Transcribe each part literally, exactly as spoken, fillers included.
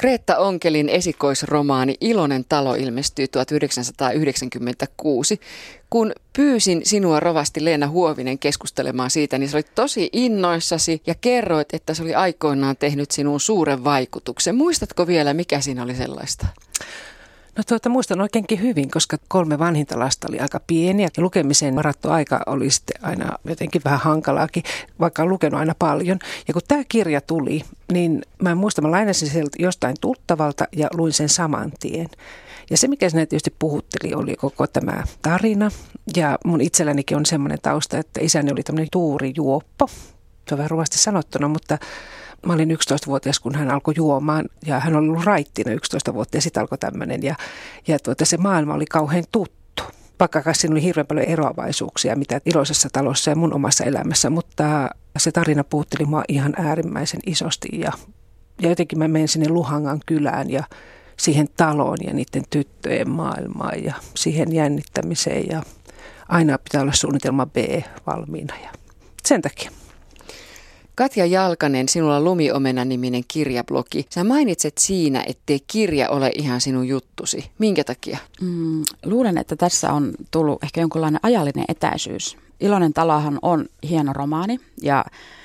Kreetta Onkelin esikoisromaani Iloinen talo ilmestyi tuhatyhdeksänsataayhdeksänkymmentäkuusi. Kun pyysin sinua, rovasti Leena Huovinen, keskustelemaan siitä, niin sä olit tosi innoissasi ja kerroit, että se oli aikoinaan tehnyt sinuun suuren vaikutuksen. Muistatko vielä, mikä siinä oli sellaista? No tuota, muistan oikeinkin hyvin, koska kolme vanhinta lasta oli aika pieniä ja lukemiseen varattu aika oli sitten aina jotenkin vähän hankalaakin, vaikka olen lukenut aina paljon. Ja kun tämä kirja tuli, niin mä muistan, mä lainasin sieltä jostain tuttavalta ja luin sen saman tien. Ja se, mikä sinne tietysti puhutteli, oli koko tämä tarina. Ja mun itsellänikin on semmoinen tausta, että isäni oli tämmöinen tuurijuoppo. Se on vähän ruvasti sanottuna, mutta mä olin yksitoistavuotias, kun hän alkoi juomaan ja hän oli ollut raittina yksitoista vuotta ja sitten alkoi tämmöinen. Ja, ja tuota, se maailma oli kauhean tuttu, vaikka siinä oli hirveän paljon eroavaisuuksia, mitä Iloisessa talossa ja mun omassa elämässä, mutta se tarina puhutteli mua ihan äärimmäisen isosti. Ja, ja jotenkin mä menen sinne Luhangan kylään ja siihen taloon ja niiden tyttöjen maailmaan ja siihen jännittämiseen ja aina pitää olla suunnitelma B valmiina ja sen takia. Katja Jalkanen, sinulla on Lumiomena-niminen kirjablogi. Sä mainitset siinä, ettei kirja ole ihan sinun juttusi. Minkä takia? Mm, luulen, että tässä on tullut ehkä jonkinlainen ajallinen etäisyys. Iloinen talohan on hieno romaani ja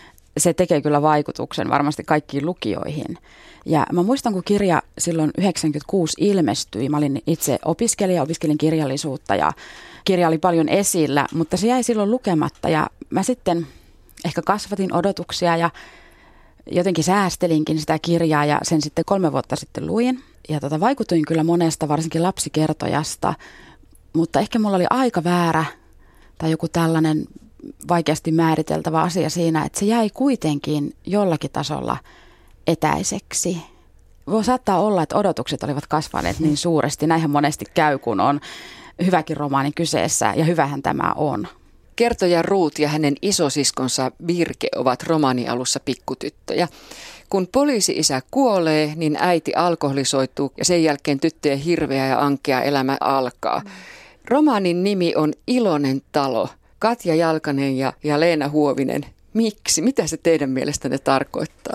se tekee kyllä vaikutuksen varmasti kaikkiin lukijoihin. Ja mä muistan, kun kirja silloin yhdeksänkymmentäkuusi ilmestyi. Mä olin itse opiskelija, opiskelin kirjallisuutta ja kirja oli paljon esillä, mutta se jäi silloin lukematta ja mä sitten ehkä kasvatin odotuksia ja jotenkin säästelinkin sitä kirjaa ja sen sitten kolme vuotta sitten luin. Ja tota, vaikutuin kyllä monesta, varsinkin lapsikertojasta, mutta ehkä mulla oli aika väärä tai joku tällainen vaikeasti määriteltävä asia siinä, että se jäi kuitenkin jollakin tasolla etäiseksi. Voi saattaa olla, että odotukset olivat kasvaneet niin suuresti. Näinhän monesti käy, kun on hyväkin romaani kyseessä ja hyvähän tämä on. Kertoja Ruut ja hänen isosiskonsa Virke ovat romaanialussa pikkutyttöjä. Kun poliisi-isä kuolee, niin äiti alkoholisoituu ja sen jälkeen tyttöjen hirveä ja ankea elämä alkaa. Romaanin nimi on Iloinen talo. Katja Jalkanen ja, ja Leena Huovinen. Miksi? Mitä se teidän mielestänne tarkoittaa?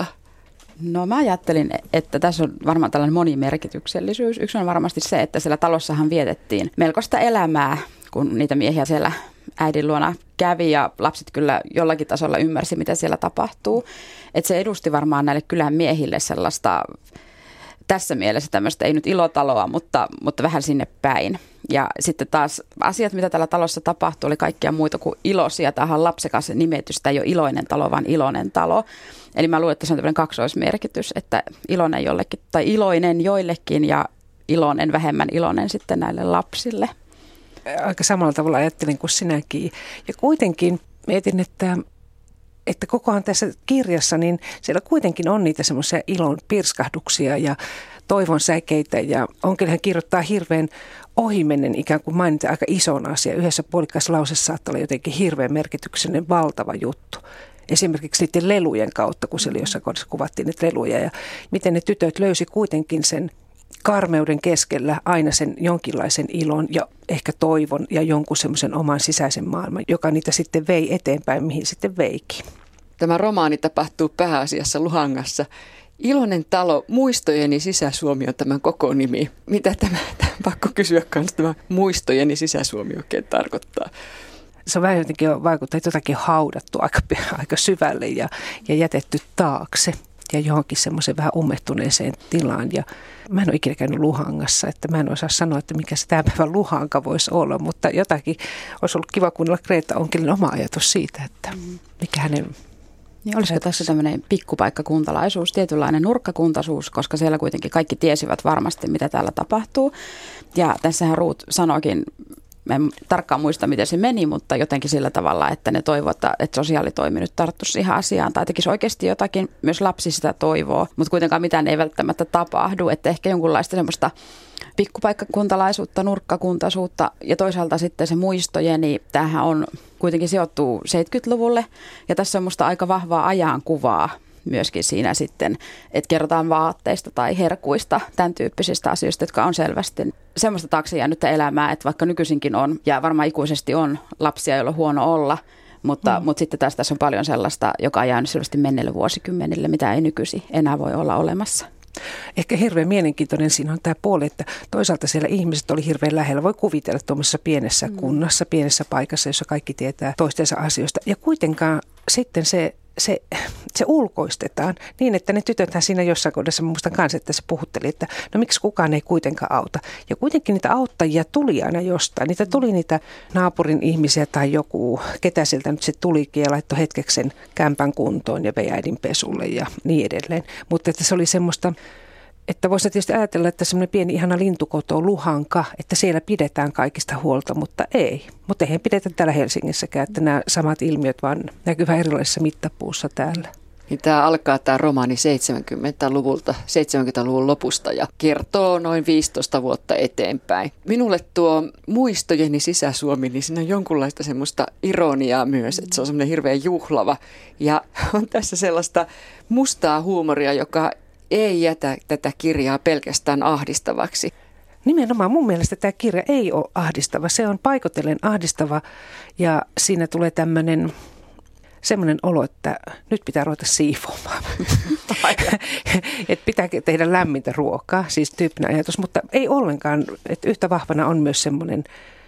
No mä ajattelin, että tässä on varmaan tällainen monimerkityksellisyys. Yksi on varmasti se, että siellä talossahan vietettiin melkoista elämää, kun niitä miehiä siellä äidin luona kävi ja lapset kyllä jollakin tasolla ymmärsi, mitä siellä tapahtuu. Että se edusti varmaan näille kylän miehille sellaista, tässä mielessä tämmöistä, ei nyt ilotaloa, mutta, mutta vähän sinne päin. Ja sitten taas asiat, mitä tällä talossa tapahtui, oli kaikkia muita kuin iloisia. Tämähän on lapsekas nimetys, tämä ei ole iloinen talo, vaan iloinen talo. Eli mä luulen, että se on tämmöinen kaksoismerkitys, että iloinen jollekin, tai iloinen joillekin ja iloinen, vähemmän iloinen sitten näille lapsille. Aika samalla tavalla ajattelin kuin sinäkin. Ja kuitenkin mietin, että, että kokohan tässä kirjassa, niin siellä kuitenkin on niitä semmoisia ilon pirskahduksia ja toivon säkeitä. Ja onkin hän kirjoittaa hirveän ohimennen ikään kuin mainita aika ison asian. Yhdessä puolikkaassa lauseessa saattaa olla jotenkin hirveän merkityksellinen valtava juttu. Esimerkiksi niiden lelujen kautta, kun siellä jossain kohdassa kuvattiin niitä leluja. Ja miten ne tytöt löysi kuitenkin sen karmeuden keskellä aina sen jonkinlaisen ilon ja ehkä toivon ja jonkun semmoisen oman sisäisen maailman, joka niitä sitten vei eteenpäin, mihin sitten veikin. Tämä romaani tapahtuu pääasiassa Luhangassa. Iloinen talo, muistojeni sisäsuomi on tämän koko nimi. Mitä tämä, tämä pakko kysyä kanssa, tämä muistojeni sisäsuomi oikein tarkoittaa? Se on vähän jotenkin vaikuttaa, että jotakin haudattu aika, aika syvälle ja, ja jätetty taakse ja johonkin semmoiseen vähän ummehtuneeseen tilaan. Ja mä en ole ikinä käynyt Luhangassa, että mä en osaa sanoa, että mikä se tämän päivän Luhanka voisi olla, mutta jotakin olisi ollut kiva kuunnella Kreetta Onkelin oma ajatus siitä, että mikä hänen... Niin olisiko tässä tämmöinen pikkupaikkakuntalaisuus, tietynlainen nurkkakuntaisuus, koska siellä kuitenkin kaikki tiesivät varmasti, mitä täällä tapahtuu. Ja tässähän Ruut sanoikin, en tarkkaan muista, miten se meni, mutta jotenkin sillä tavalla, että ne toivovat, että sosiaalitoimi nyt tarttuisi siihen asiaan tai tekisi oikeasti jotakin, myös lapsi sitä toivoo, mutta kuitenkaan mitään ei välttämättä tapahdu, että ehkä jonkunlaista semmoista pikkupaikkakuntalaisuutta, nurkkakuntaisuutta ja toisaalta sitten se muistojeni, tämähän on kuitenkin sijoittuu seitsemänkymmentäluvulle ja tässä on musta aika vahvaa ajankuvaa myöskin siinä sitten, että kerrotaan vaatteista tai herkuista, tämän tyyppisistä asioista, jotka on selvästi semmoista taakse jäänyttä elämää, että vaikka nykyisinkin on ja varmaan ikuisesti on lapsia, joilla on huono olla, mutta, mm. mutta sitten taas tässä on paljon sellaista, joka on jäänyt selvästi menneille vuosikymmenille, mitä ei nykyisin enää voi olla olemassa. Ehkä hirveän mielenkiintoinen siinä on tämä puoli, että toisaalta siellä ihmiset oli hirveän lähellä. Voi kuvitella tuommoisessa pienessä mm. kunnassa, pienessä paikassa, jossa kaikki tietää toistensa asioista. Ja kuitenkaan sitten se, se, se ulkoistetaan niin, että ne tytöthän siinä jossain kohdassa, mä muistan kanssa, että se puhutteli, että no miksi kukaan ei kuitenkaan auta. Ja kuitenkin niitä auttajia tuli aina jostain. Niitä tuli niitä naapurin ihmisiä tai joku, ketä sieltä nyt se tulikin ja laittoi hetkeksi sen kämpän kuntoon ja vei äidin pesulle ja niin edelleen. Mutta että se oli semmoista, että voisi tietysti ajatella, että semmoinen pieni ihana lintukoto on Luhanka, että siellä pidetään kaikista huolta, mutta ei. Mutta eihän pidetä täällä Helsingissäkään, että nämä samat ilmiöt vaan näkyvät erilaisissa mittapuussa täällä. Niin tämä alkaa tämä romaani seitsemänkymmentäluvulta, seitsemänkymmentäluvun lopusta ja kertoo noin viisitoista vuotta eteenpäin. Minulle tuo muistojeni Sisä-Suomi, niin siinä on jonkunlaista semmoista ironiaa myös, että se on semmoinen hirveän juhlava. Ja on tässä sellaista mustaa huumoria, joka ei jätä tätä kirjaa pelkästään ahdistavaksi. Nimenomaan mun mielestä tämä kirja ei ole ahdistava. Se on paikotellen ahdistava ja siinä tulee tämmöinen semmoinen olo, että nyt pitää ruveta siivoamaan. Että pitää tehdä lämmintä ruokaa, siis tyyppinen ajatus, mutta ei ollenkaan. Että yhtä vahvana on myös semmoinen,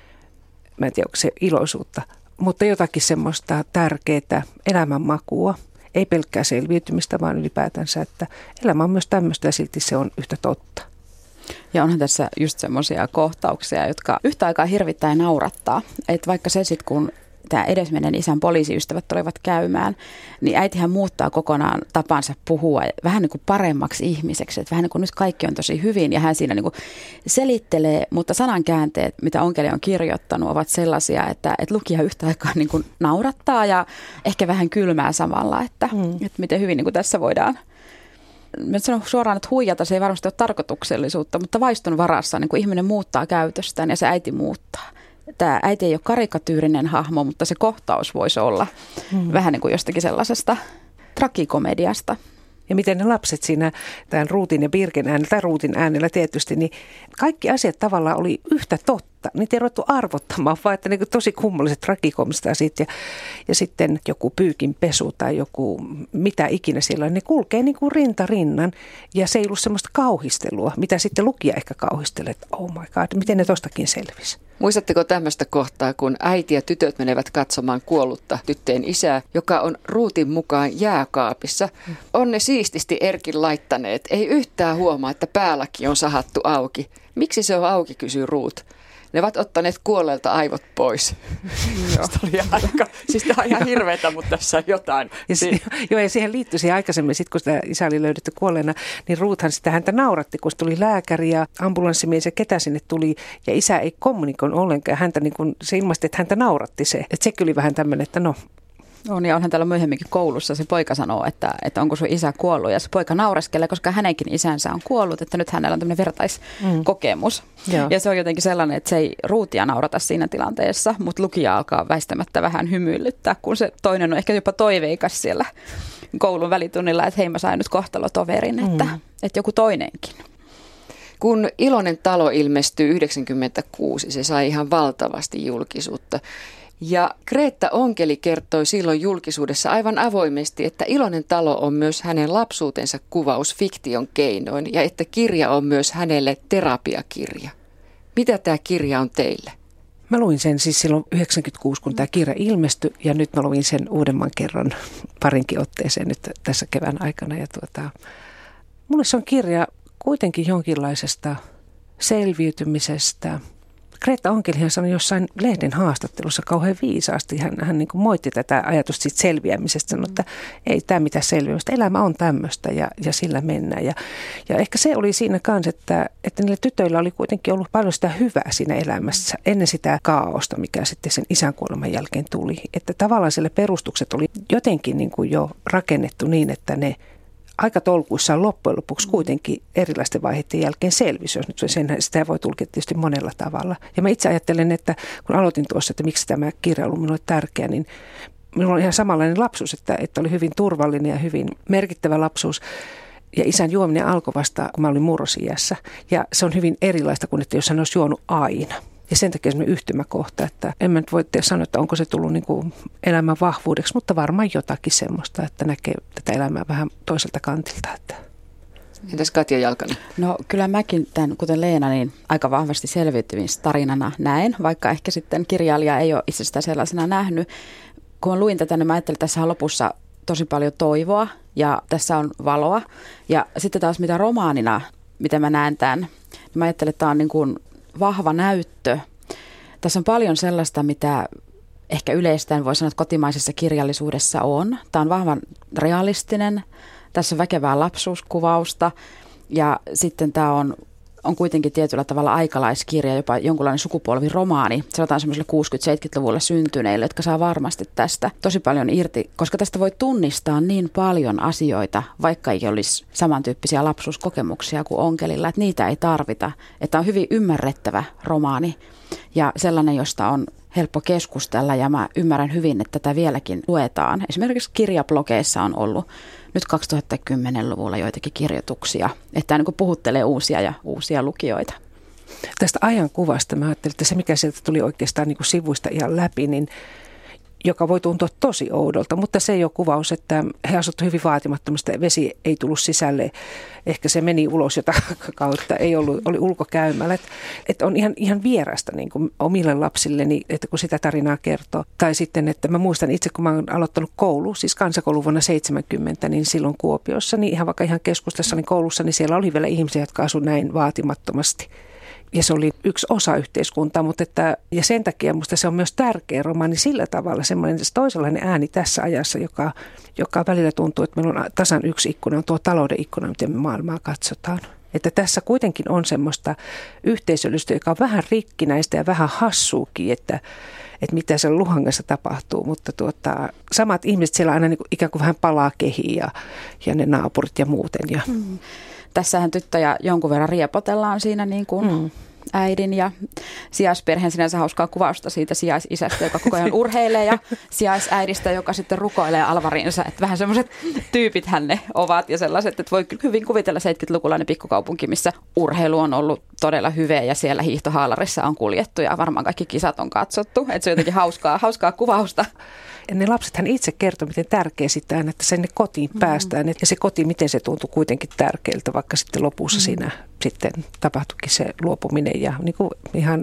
mä en tiedä onko se iloisuutta, mutta jotakin semmoista tärkeää elämänmakua. Ei pelkkää selviytymistä, vaan ylipäätänsä, että elämä on myös tämmöistä ja silti se on yhtä totta. Ja onhan tässä just semmoisia kohtauksia, jotka yhtä aikaa hirvittää ja naurattaa. Että vaikka se sitten, kun tämä edesmenen isän poliisiystävät tulevat käymään, niin äitihän muuttaa kokonaan tapansa puhua vähän niin kuin paremmaksi ihmiseksi. Että vähän niin kuin nyt kaikki on tosi hyvin ja hän siinä niin kuin selittelee, mutta sanankäänteet, mitä onkeli on kirjoittanut, ovat sellaisia, että, että lukija yhtä aikaa niin kuin naurattaa ja ehkä vähän kylmää samalla, että, mm. että miten hyvin niin kuin tässä voidaan. Mä sanon suoraan, että huijata se ei varmasti ole tarkoituksellisuutta, mutta vaiston varassa niin kuin ihminen muuttaa käytöstään ja se äiti muuttaa. Tämä äiti ei ole karikatyyrinen hahmo, mutta se kohtaus voisi olla hmm. vähän niin kuin jostakin sellaisesta tragikomediasta. Ja miten ne lapset siinä tämän Ruutin ja Birken äänellä, tai Ruutin äänellä tietysti, niin kaikki asiat tavallaan oli yhtä totta. Niitä ei ruvettu arvottamaan, vaan että niin tosi kummalliset tragikomiset asiat ja, ja sitten joku pyykin pesu tai joku mitä ikinä siellä on. Ne kulkee niin kuin rinta rinnan ja se ei ollut semmoista kauhistelua, mitä sitten lukija ehkä kauhistelee, että oh my god, miten ne tostakin selvisi. Muistatteko tämmöistä kohtaa, kun äiti ja tytöt menevät katsomaan kuollutta tyttöjen isää, joka on Ruutin mukaan jääkaapissa? On ne siististi Erkin laittaneet. Ei yhtään huomaa, että päälaki on sahattu auki. Miksi se on auki, kysyy Ruut. Ne ovat ottaneet kuolleelta aivot pois. Joo. Oli aika, siis tämä on ihan hirveätä, mutta tässä on jotain. Ja si- joo, ja siihen liittyi siihen aikaisemmin, sit kun sitä isä oli löydetty kuolleena, niin Ruuthan sitä häntä nauratti, kun tuli lääkäri ja ambulanssimies ja ketä sinne tuli. Ja isä ei kommunikoinut ollenkaan. Häntä niin kuin, se ilmaisesti, että häntä nauratti se. Että se kyllä vähän tämmöinen, että no. On ja onhan täällä myöhemminkin koulussa se poika sanoo, että, että onko sun isä kuollut ja se poika naureskelee, koska hänenkin isänsä on kuollut, että nyt hänellä on tämmöinen vertaiskokemus. Mm. Ja se on jotenkin sellainen, että se ei Ruutia naurata siinä tilanteessa, mutta lukija alkaa väistämättä vähän hymyilyttää, kun se toinen on ehkä jopa toiveikas siellä koulun välitunnilla, että hei mä sain nyt kohtalotoverin, että, mm. että joku toinenkin. Kun Iloinen talo ilmestyi yhdeksänkymmentäkuusi, se sai ihan valtavasti julkisuutta. Ja Kreetta Onkeli kertoi silloin julkisuudessa aivan avoimesti, että Iloinen talo on myös hänen lapsuutensa kuvaus fiktion keinoin ja että kirja on myös hänelle terapiakirja. Mitä tämä kirja on teille? Mä luin sen siis silloin yhdeksänkymmentäkuusi, kun tämä kirja ilmestyi ja nyt mä luin sen uudemman kerran parinkin otteeseen nyt tässä kevään aikana. Ja tuota, mulle se on kirja kuitenkin jonkinlaisesta selviytymisestä. Kreetta Onkelihan sanoi jossain lehden haastattelussa kauhean viisaasti. Hän, hän niin kuin moitti tätä ajatusta siitä selviämisestä, sanoi, että ei tämä mitään selviämistä. Elämä on tämmöistä ja, ja sillä mennään. Ja, ja ehkä se oli siinä kanssa, että, että niillä tytöillä oli kuitenkin ollut paljon sitä hyvää siinä elämässä ennen sitä kaaosta, mikä sitten sen isän kuoleman jälkeen tuli. Että tavallaan sille perustukset oli jotenkin niin kuin jo rakennettu niin, että ne aika tolkuissaan loppujen lopuksi kuitenkin erilaisten vaiheiden jälkeen selvisi, jos nyt sen, sitä voi tulkita tietysti monella tavalla. Ja mä itse ajattelen, että kun aloitin tuossa, että miksi tämä kirja on ollut minulle tärkeä, niin minulla on ihan samanlainen lapsuus, että, että oli hyvin turvallinen ja hyvin merkittävä lapsuus. Ja isän juominen alkoi vasta, kun mä olin murrosiässä. Ja se on hyvin erilaista kuin, että jos hän olisi juonut aina. Ja sen takia semmoinen yhtymäkohta, että en mä nyt voi sanoa, että onko se tullut niin kuin elämän vahvuudeksi, mutta varmaan jotakin semmoista, että näkee tätä elämää vähän toiselta kantilta. Että. Entäs Katja Jalkanen? No kyllä mäkin tämän, kuten Leena, niin aika vahvasti selviytymistarinana näen, vaikka ehkä sitten kirjailija ei ole itse sitä sellaisena nähnyt. Kun luin tätä, niin mä ajattelin, että tässä on lopussa tosi paljon toivoa ja tässä on valoa. Ja sitten taas mitä romaanina, miten mä näen tämän, niin mä ajattelin, että tämä on niin kuin vahva näyttö. Tässä on paljon sellaista, mitä ehkä yleistään voi sanoa, että kotimaisessa kirjallisuudessa on. Tämä on vahvan realistinen. Tässä on väkevää lapsuuskuvausta ja sitten tämä on, on kuitenkin tietyllä tavalla aikalaiskirja, jopa jonkunlainen sukupolviromaani. Sanotaan semmoiselle kuusikymmentä-seitsemänkymmentäluvulla syntyneille, jotka saa varmasti tästä tosi paljon irti, koska tästä voi tunnistaa niin paljon asioita, vaikka ei olisi samantyyppisiä lapsuuskokemuksia kuin onkelilla, että niitä ei tarvita. Että on hyvin ymmärrettävä romaani ja sellainen, josta on helppo keskustella ja mä ymmärrän hyvin, että tätä vieläkin luetaan. Esimerkiksi kirjablogeissa on ollut nyt kaksituhattakymmenluvulla joitakin kirjoituksia, että tämä niin puhuttelee uusia ja uusia lukijoita. Tästä ajankuvasta mä ajattelin, että se mikä sieltä tuli oikeastaan niin kuin sivuista ihan läpi, niin joka voi tuntua tosi oudolta, mutta se ei ole kuvaus, että he asuivat hyvin vaatimattomasti, vesi ei tullut sisälle, ehkä se meni ulos jotain kautta, ei ollut, oli ulkokäymällä, että, että on ihan, ihan vierasta niin kuin omille lapsilleni, että kun sitä tarinaa kertoo. Tai sitten, että mä muistan itse, kun mä oon aloittanut koulu, siis kansakoulu vuonna seitsemänkymmentä, niin silloin Kuopiossa, niin ihan vaikka ihan keskustassa niin koulussa, niin siellä oli vielä ihmisiä, jotka asuivat näin vaatimattomasti. Ja se oli yksi osa yhteiskuntaa, mutta että, ja sen takia minusta se on myös tärkeä romaani sillä tavalla, semmoinen toisenlainen ääni tässä ajassa, joka, joka välillä tuntuu, että meillä on tasan yksi ikkuna, on tuo talouden ikkuna, miten me maailmaa katsotaan. Että tässä kuitenkin on semmoista yhteisöllistä, joka on vähän rikkinäistä ja vähän hassuukin, että, että mitä siellä Luhangassa tapahtuu, mutta tuota, samat ihmiset siellä aina niin kuin, ikään kuin vähän palaa kehiin ja, ja ne naapurit ja muuten. Ja. Mm. Tässähän tyttöjä jonkun verran riepotellaan siinä niin kuin mm. äidin ja sijaisperheen sinänsä hauskaa kuvausta siitä sijaisisästä, joka koko ajan urheilee ja sijaisäidistä, joka sitten rukoilee alvarinsa. Että vähän semmoiset tyypithän ne ovat ja sellaiset, että voi hyvin kuvitella seitsemänkymmentäluvulainen pikkukaupunki, missä urheilu on ollut todella hyvää ja siellä hiihtohaalarissa on kuljettu ja varmaan kaikki kisat on katsottu. Että se on jotenkin hauskaa, hauskaa kuvausta. Ja ne lapsethan itse kertoo, miten tärkeä sitä on, että sinne kotiin mm. päästään. Ja se koti, miten se tuntui kuitenkin tärkeältä, vaikka sitten lopussa mm. siinä sitten tapahtuikin se luopuminen ja niin kuin ihan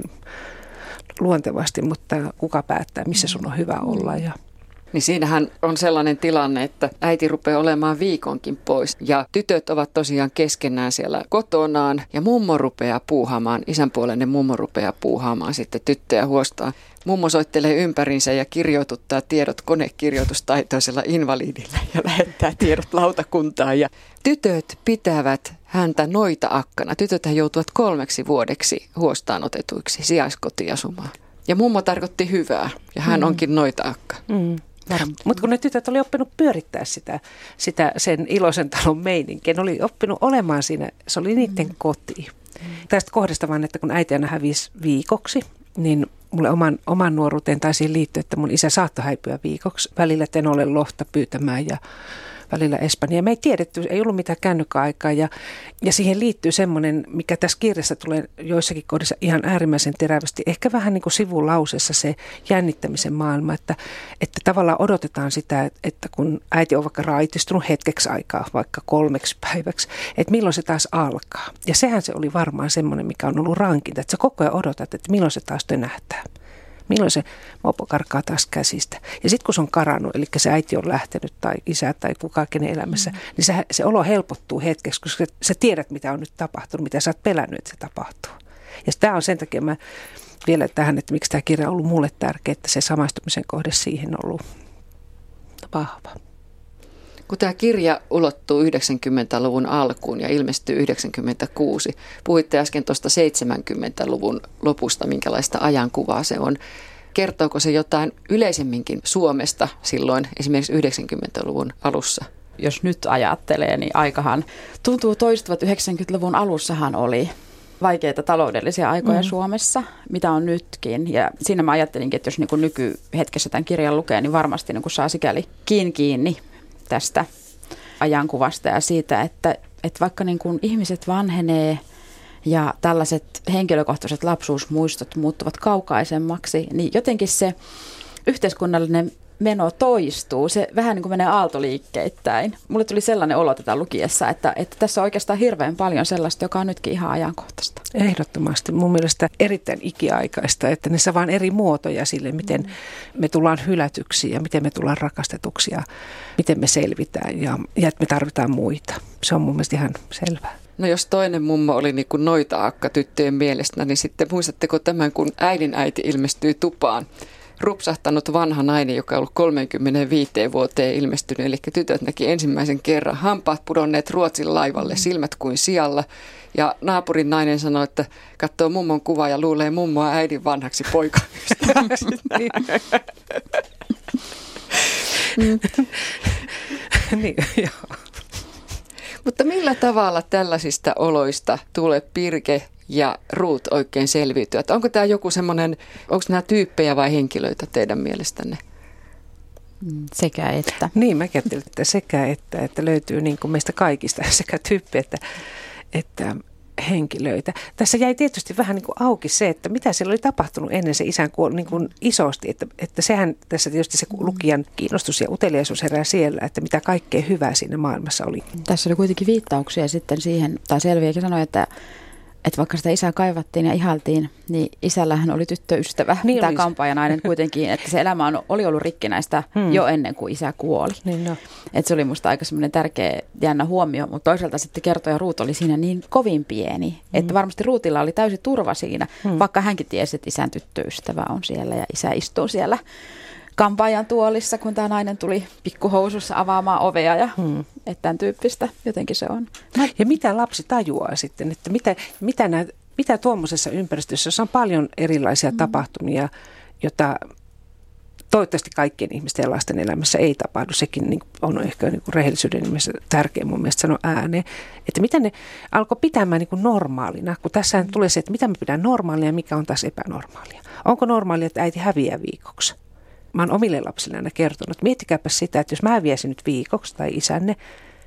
luontevasti, mutta kuka päättää, missä sun on hyvä olla. Ja niin siinähän on sellainen tilanne, että äiti rupeaa olemaan viikonkin pois ja tytöt ovat tosiaan keskenään siellä kotonaan ja mummo rupeaa puuhaamaan, isänpuoleinen mummo rupeaa puuhaamaan sitten tyttöjä huostaan. Mummo soittelee ympäriinsä ja kirjoituttaa tiedot konekirjoitustaitoisella invalidilla ja lähettää tiedot lautakuntaan. Ja tytöt pitävät häntä noita-akkana. Tytöthän joutuvat kolmeksi vuodeksi huostaan otetuiksi sijaiskotiin asumaan. Ja mummo tarkoitti hyvää ja hän mm. onkin noita-akka. Mm. Mutta kun ne tytöt oli oppinut pyörittää sitä, sitä sen iloisen talon meininkiä, ne oli oppinut olemaan siinä, se oli niiden mm. koti. Mm. Tästä kohdasta vaan, että kun äiti aina hävisi viikoksi, niin mulle oman, oman nuoruuteen taisi liittyä, että mun isä saattoi häipyä viikoksi. Välillä Tenolle lohta pyytämään ja välillä Espanjaa. Me ei tiedetty, ei ollut mitään kännykkäaikaa ja, ja siihen liittyy semmoinen, mikä tässä kirjassa tulee joissakin kohdissa ihan äärimmäisen terävästi, ehkä vähän niin kuin sivulausessa se jännittämisen maailma, että, että tavallaan odotetaan sitä, että kun äiti on vaikka raitistunut hetkeksi aikaa, vaikka kolmeksi päiväksi, että milloin se taas alkaa. Ja sehän se oli varmaan semmoinen, mikä on ollut rankinta, että sä koko ajan odotat, että milloin se taas tönähtää. Milloin se mopo karkaa taas käsistä. Ja sitten kun se on karannut, eli se äiti on lähtenyt tai isä tai kukaan kenen elämässä, mm. niin se, se olo helpottuu hetkeksi, koska sä tiedät, mitä on nyt tapahtunut, mitä sä oot pelännyt, että se tapahtuu. Ja tämä on sen takia mä vielä tähän, että miksi tämä kirja on ollut mulle tärkeä, että se samaistumisen kohde siihen on ollut vahva. Kun tämä kirja ulottuu yhdeksänkymmentäluvun alkuun ja ilmestyy yhdeksänkymmentäkuusi, puhuitte äsken tuosta seitsemänkymmentäluvun lopusta, minkälaista ajankuvaa se on. Kertooko se jotain yleisemminkin Suomesta silloin esimerkiksi yhdeksänkymmentäluvun alussa? Jos nyt ajattelee, niin aikahan tuntuu toistuvat. yhdeksänkymmentäluvun alussahan oli vaikeita taloudellisia aikoja mm. Suomessa, mitä on nytkin. Ja siinä mä ajattelinkin, että jos niin kuin nykyhetkessä tämän kirjan lukee, niin varmasti niin kuin saa sikäli kiinni kiinni tästä ajankuvasta ja siitä, että, että vaikka niin kuin ihmiset vanhenee ja tällaiset henkilökohtaiset lapsuusmuistot muuttuvat kaukaisemmaksi, niin jotenkin se yhteiskunnallinen meno toistuu. Se vähän niin kuin menee aaltoliikkeittäin. Mulle tuli sellainen olo tätä lukiessa, että, että tässä on oikeastaan hirveän paljon sellaista, joka on nytkin ihan ajankohtaista. Ehdottomasti. Mun mielestä erittäin ikiaikaista, että ne saa vaan eri muotoja sille, miten mm. me tullaan hylätyksi ja miten me tullaan rakastetuksi ja miten me selvitään ja, ja että me tarvitaan muita. Se on mun mielestä ihan selvää. No jos toinen mummo oli niin kuin noita-akka tyttöjen mielestä, niin sitten muistatteko tämän, kun äidin äiti ilmestyy tupaan? Rupsahtanut vanha nainen, joka on ollut kolmekymmentäviisi vuoteen ilmestynyt, eli tytöt näki ensimmäisen kerran hampaat pudonneet Ruotsin laivalle, silmät kuin sialla. Ja naapurin nainen sanoi, että katsoo mummon kuvaa ja luulee mummoa äidin vanhaksi poikaystäväksi. Niin, joo. Mutta millä tavalla tällaisista oloista tulee Pirke ja Ruut oikein selviytyä? Että onko tämä joku semmoinen, onko nämä tyyppejä vai henkilöitä teidän mielestänne? Sekä että. Niin, mä ajattelin, että sekä että, että löytyy niin kuin meistä kaikista sekä tyyppejä että, että henkilöitä. Tässä jäi tietysti vähän niin kuin auki se, että mitä siellä oli tapahtunut ennen se isän kuoli niin kuin isosti. Että, että sehän tässä tietysti se lukijan kiinnostus ja uteliaisuus herää siellä, että mitä kaikkea hyvää siinä maailmassa oli. Tässä oli kuitenkin viittauksia sitten siihen, tai Selviäkin sanoi, että että vaikka sitä isää kaivattiin ja ihaltiin, niin isällähän oli tyttöystävä, niin tämä kampaajanainen kuitenkin, että se elämä on, oli ollut rikkinäistä hmm. jo ennen kuin isä kuoli. Niin no. Että se oli musta aika semmoinen tärkeä jännä huomio, mutta toisaalta sitten kertoja Ruut oli siinä niin kovin pieni, hmm. että varmasti Ruutilla oli täysi turva siinä, hmm. vaikka hänkin tiesi, että isän tyttöystävä on siellä ja isä istuu siellä kampaajan tuolissa, kun tämä nainen tuli pikkuhousussa avaamaan ovea ja hmm. että tämän tyyppistä jotenkin se on. Ja mitä lapsi tajuaa sitten, että mitä, mitä, nää, mitä tuommoisessa ympäristössä, jossa on paljon erilaisia hmm. tapahtumia, jota toivottavasti kaikkien ihmisten ja lasten elämässä ei tapahdu. Sekin niin on ehkä niin rehellisyyden nimessä tärkeä mun mielestä sanoa ääneen, että mitä ne alkoi pitämään niin normaalina, kun tässä hmm. tulee se, että mitä me pidään normaalia ja mikä on taas epänormaalia. Onko normaalia, että äiti häviää viikoksi? Mä oon omille lapsille aina kertonut, että miettikääpä sitä, että jos mä häviäisin nyt viikoksi tai isänne,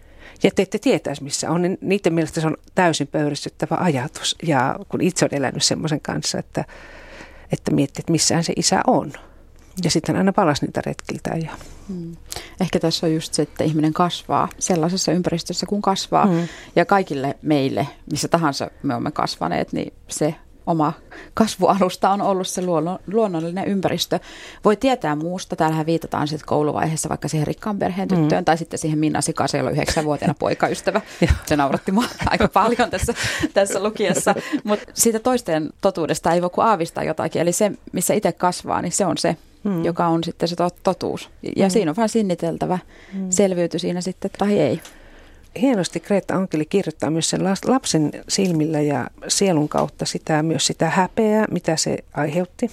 ja te ette tietäisi missä on, niin niiden mielestä se on täysin pöyristyttävä ajatus. Ja kun itse on elänyt semmoisen kanssa, että, että miettii, että missään se isä on. Ja sitten aina palasi niitä retkiltään. Ja. Hmm. Ehkä tässä on just se, että ihminen kasvaa sellaisessa ympäristössä, kun kasvaa. Hmm. Ja kaikille meille, missä tahansa me olemme kasvaneet, niin se oma kasvualusta on ollut se luonnollinen ympäristö. Voi tietää muusta. Täällähän viitataan sitten kouluvaiheessa vaikka siihen rikkaan perheen tyttöön mm. tai sitten siihen Minna Sikaseen, jolla on yhdeksänvuotiaana poikaystävä. Se nauratti mua aika paljon tässä, tässä lukiessa. Mutta siitä toisten totuudesta ei voi kuin aavistaa jotakin. Eli se, missä itse kasvaa, niin se on se, mm. joka on sitten se totuus. Ja mm. siinä on vain sinniteltävä, mm. selviyty siinä sitten tai ei. Hienosti Greta Ankeli kirjoittaa myös sen lapsen silmillä ja sielun kautta sitä, myös sitä häpeää, mitä se aiheutti.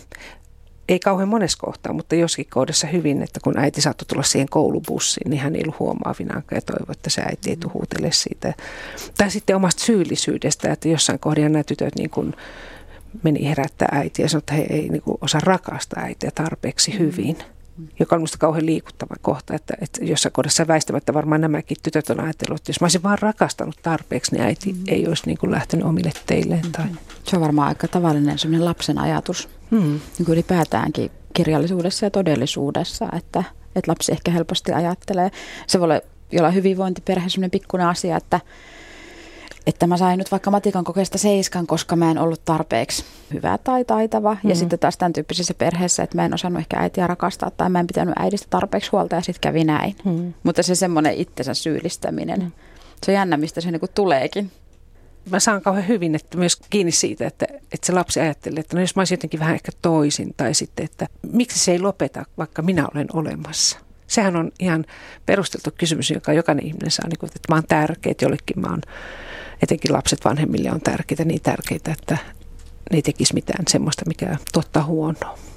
Ei kauhean monessa kohtaa, mutta joskin kohdassa hyvin, että kun äiti saattoi tulla siihen koulubussiin, niin hän ei ollut huomaavinaakaan ja toivoi, että se äiti ei tuhuutele siitä. Tai sitten omasta syyllisyydestä, että jossain kohdassa nämä tytöt niin kuin meni herättää äitiä ja sanoi, että he ei niin kuin osaa rakastaa äitiä tarpeeksi hyvin. Joka on minusta kauhean liikuttava kohta, että, että jossain kohdassa väistämättä varmaan nämäkin tytöt on ajatellut, että jos mä olisin vaan rakastanut tarpeeksi, niin äiti mm. ei olisi niin kuin lähtenyt omille teilleen. Tai. Se on varmaan aika tavallinen sellainen lapsen ajatus, mm. niin kuin ylipäätäänkin kirjallisuudessa ja todellisuudessa, että, että lapsi ehkä helposti ajattelee. Se voi olla jollain hyvinvointiperhe sellainen pikkuinen asia, että että mä sain nyt vaikka matikan kokeesta seiskan, koska mä en ollut tarpeeksi hyvä tai taitava. Mm-hmm. Ja sitten taas tämän tyyppisessä perheessä, että mä en osannut ehkä äitiä rakastaa tai mä en pitänyt äidistä tarpeeksi huolta ja sitten kävi näin. Mm-hmm. Mutta se semmoinen itsensä syyllistäminen, mm-hmm. se on jännä, mistä se niinku tuleekin. Mä saan kauhean hyvin että myös kiinni siitä, että, että se lapsi ajattelee, että no jos mä olisin jotenkin vähän ehkä toisin tai sitten, että miksi se ei lopeta, vaikka minä olen olemassa. Sehän on ihan perusteltu kysymys, joka jokainen ihminen saa, niin kuin, että mä oon tärkeä, että jollekin mä oon. Etenkin lapset vanhemmille on tärkeitä, niin tärkeitä, että ne ei tekisi mitään semmoista, mikä tuottaa huonoa.